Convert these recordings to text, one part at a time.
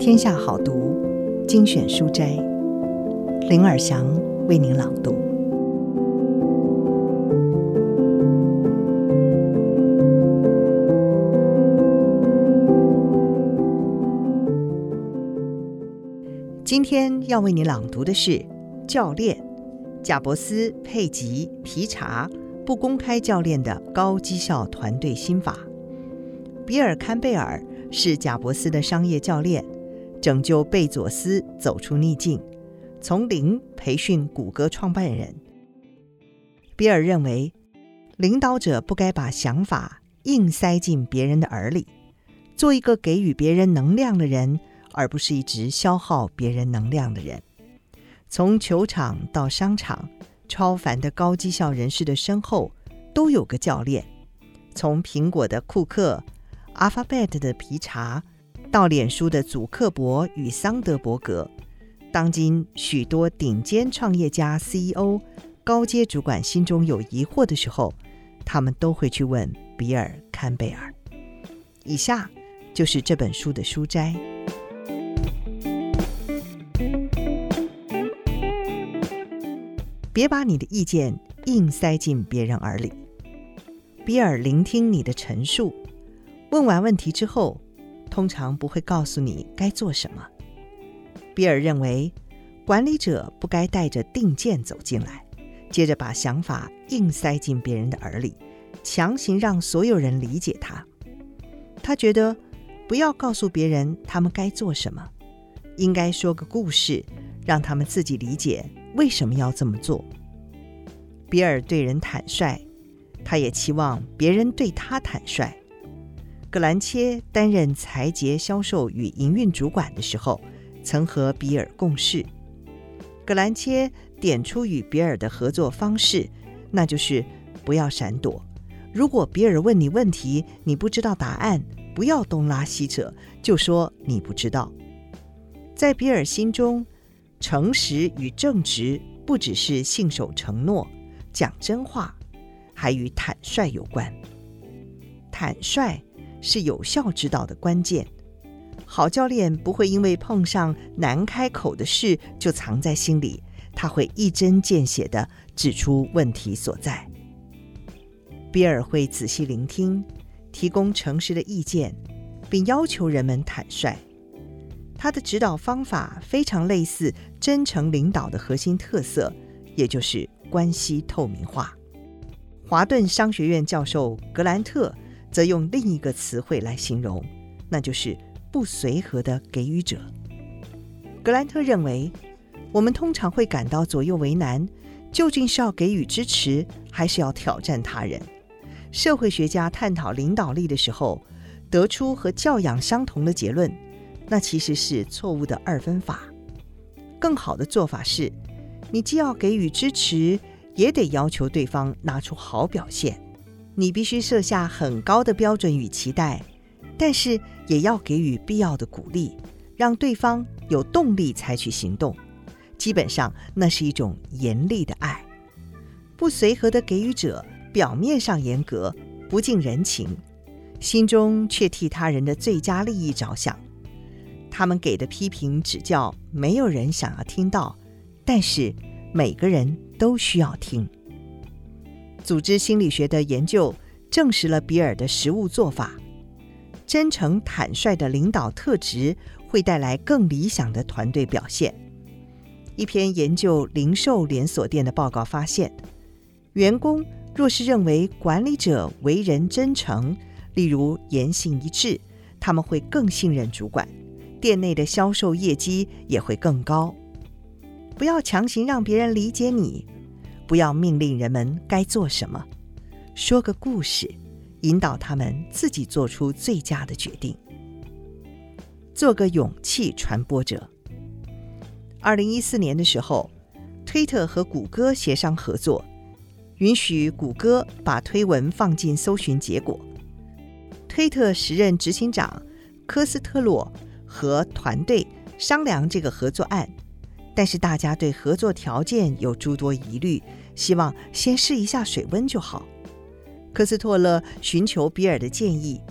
天下好读精选书斋，林尔祥为您朗读。今天要为你朗读的是教练贾伯斯、佩吉、皮查不公开教练的高绩效团队心法。比尔·坎贝尔是贾伯斯的商业教练，拯救贝佐斯走出逆境，从零培训谷歌创办人。比尔认为，领导者不该把想法硬塞进别人的耳里，做一个给予别人能量的人，而不是一直消耗别人能量的人。从球场到商场，超凡的高绩效人士的身后都有个教练。从苹果的库克、Alphabet 的皮查，到脸书的祖克伯与桑德伯格，当今许多顶尖创业家 CEO、高阶主管心中有疑惑的时候，他们都会去问比尔·坎贝尔。以下就是这本书的书摘。别把你的意见硬塞进别人耳里。比尔聆听你的陈述，问完问题之后，通常不会告诉你该做什么。比尔认为，管理者不该带着定见走进来，接着把想法硬塞进别人的耳里，强行让所有人理解他。他觉得，不要告诉别人他们该做什么，应该说个故事，让他们自己理解为什么要这么做。比尔对人坦率，他也期望别人对他坦率。格兰切担任财节销售与营运主管的时候，曾和比尔共事。格兰切点出与比尔的合作方式，那就是不要闪躲。如果比尔问你问题，你不知道答案，不要东拉西扯，就说你不知道。在比尔心中，诚实与正直不只是信守承诺、讲真话，还与坦率有关。坦率是有效指导的关键。好教练不会因为碰上难开口的事就藏在心里，他会一针见血地指出问题所在。比尔会仔细聆听，提供诚实的意见，并要求人们坦率。他的指导方法非常类似真诚领导的核心特色，也就是关系透明化。华顿商学院教授格兰特则用另一个词汇来形容，那就是不随和的给予者。格兰特认为，我们通常会感到左右为难，究竟是要给予支持，还是要挑战他人？社会学家探讨领导力的时候，得出和教养相同的结论，那其实是错误的二分法。更好的做法是，你既要给予支持，也得要求对方拿出好表现。你必须设下很高的标准与期待，但是也要给予必要的鼓励，让对方有动力采取行动。基本上，那是一种严厉的爱。不随和的给予者表面上严格，不近人情，心中却替他人的最佳利益着想。他们给的批评指教，没有人想要听到，但是每个人都需要听。组织心理学的研究证实了比尔的实务做法。真诚坦率的领导特质会带来更理想的团队表现。一篇研究零售连锁店的报告发现，员工若是认为管理者为人真诚，例如言行一致，他们会更信任主管，店内的销售业绩也会更高。不要强行让别人理解你，不要命令人们该做什么，说个故事，引导他们自己做出最佳的决定。做个勇气传播者。2014年的时候，推特和谷歌协商合作，允许谷歌把推文放进搜寻结果。推特时任执行长科斯特洛和团队商量这个合作案，但是大家对合作条件有诸多疑虑，希望先试一下水温就好。科斯托勒寻求比尔的建议，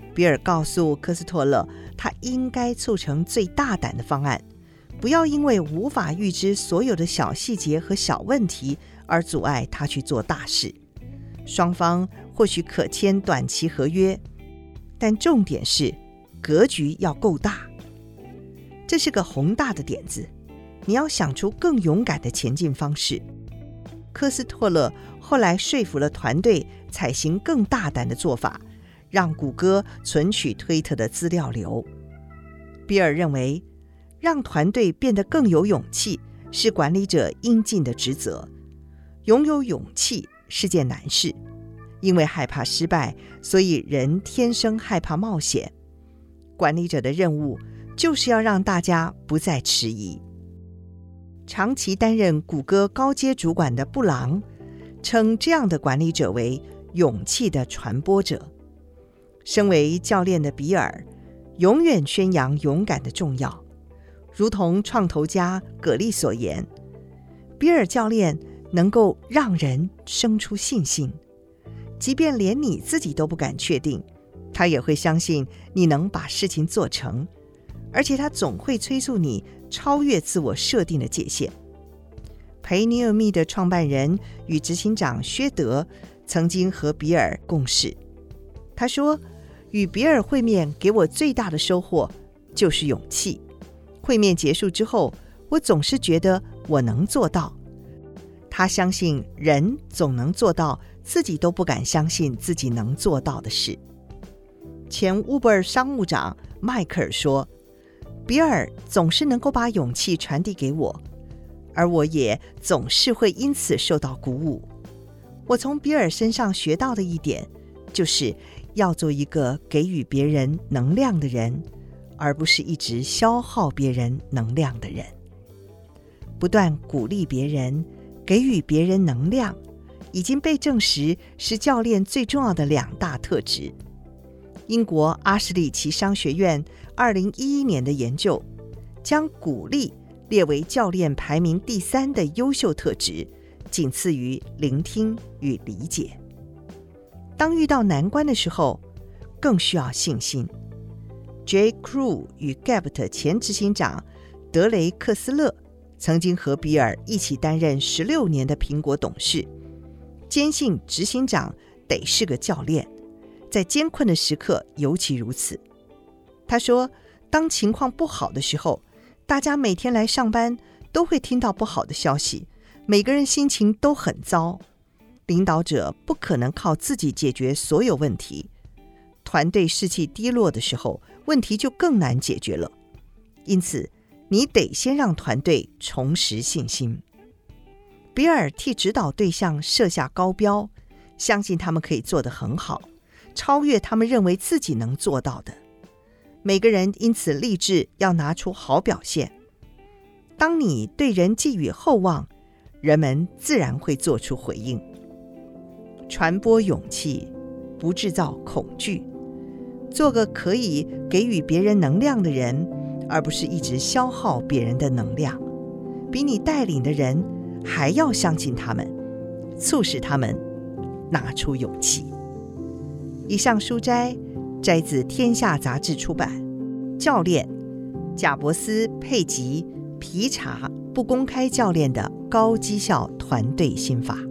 比尔告诉科斯托勒，他应该促成最大胆的方案，不要因为无法预知所有的小细节和小问题而阻碍他去做大事。双方或许可签短期合约，但重点是格局要够大。这是个宏大的点子，你要想出更勇敢的前进方式。科斯托勒后来说服了团队采行更大胆的做法，让谷歌存取推特的资料流。比尔认为，让团队变得更有勇气是管理者应尽的职责。拥有勇气是件难事，因为害怕失败，所以人天生害怕冒险。管理者的任务就是要让大家不再迟疑。长期担任谷歌高阶主管的布朗称这样的管理者为勇气的传播者。身为教练的比尔永远宣扬勇敢的重要，如同创投家葛利所言，比尔教练能够让人生出信心，即便连你自己都不敢确定，他也会相信你能把事情做成，而且他总会催促你超越自我设定的界限。培尼尔密的创办人与执行长薛德曾经和比尔共事，他说，与比尔会面给我最大的收获就是勇气。会面结束之后，我总是觉得我能做到。他相信人总能做到自己都不敢相信自己能做到的事。前 Uber 商务长迈克尔说，比尔总是能够把勇气传递给我，而我也总是会因此受到鼓舞。我从比尔身上学到的一点，就是要做一个给予别人能量的人，而不是一直消耗别人能量的人。不断鼓励别人，给予别人能量，已经被证实是教练最重要的2大特质。英国阿什里奇商学院2011年的研究将鼓励列为教练排名第3的优秀特质，仅次于聆听与理解。当遇到难关的时候，更需要信心。J. Crew 与 Gap 前执行长德雷克斯勒曾经和比尔一起担任16年的苹果董事，坚信执行长得是个教练，在艰困的时刻尤其如此。他说，当情况不好的时候，大家每天来上班都会听到不好的消息，每个人心情都很糟。领导者不可能靠自己解决所有问题，团队士气低落的时候，问题就更难解决了。因此，你得先让团队重拾信心。比尔替指导对象设下高标，相信他们可以做得很好，超越他们认为自己能做到的。每个人因此立志要拿出好表现。当你对人寄予厚望，人们自然会做出回应。传播勇气，不制造恐惧，做个可以给予别人能量的人，而不是一直消耗别人的能量。比你带领的人还要相信他们，促使他们拿出勇气。以上书摘摘自《天下》杂志出版。教练贾伯斯、佩吉、皮查不公开教练的高绩效团队心法。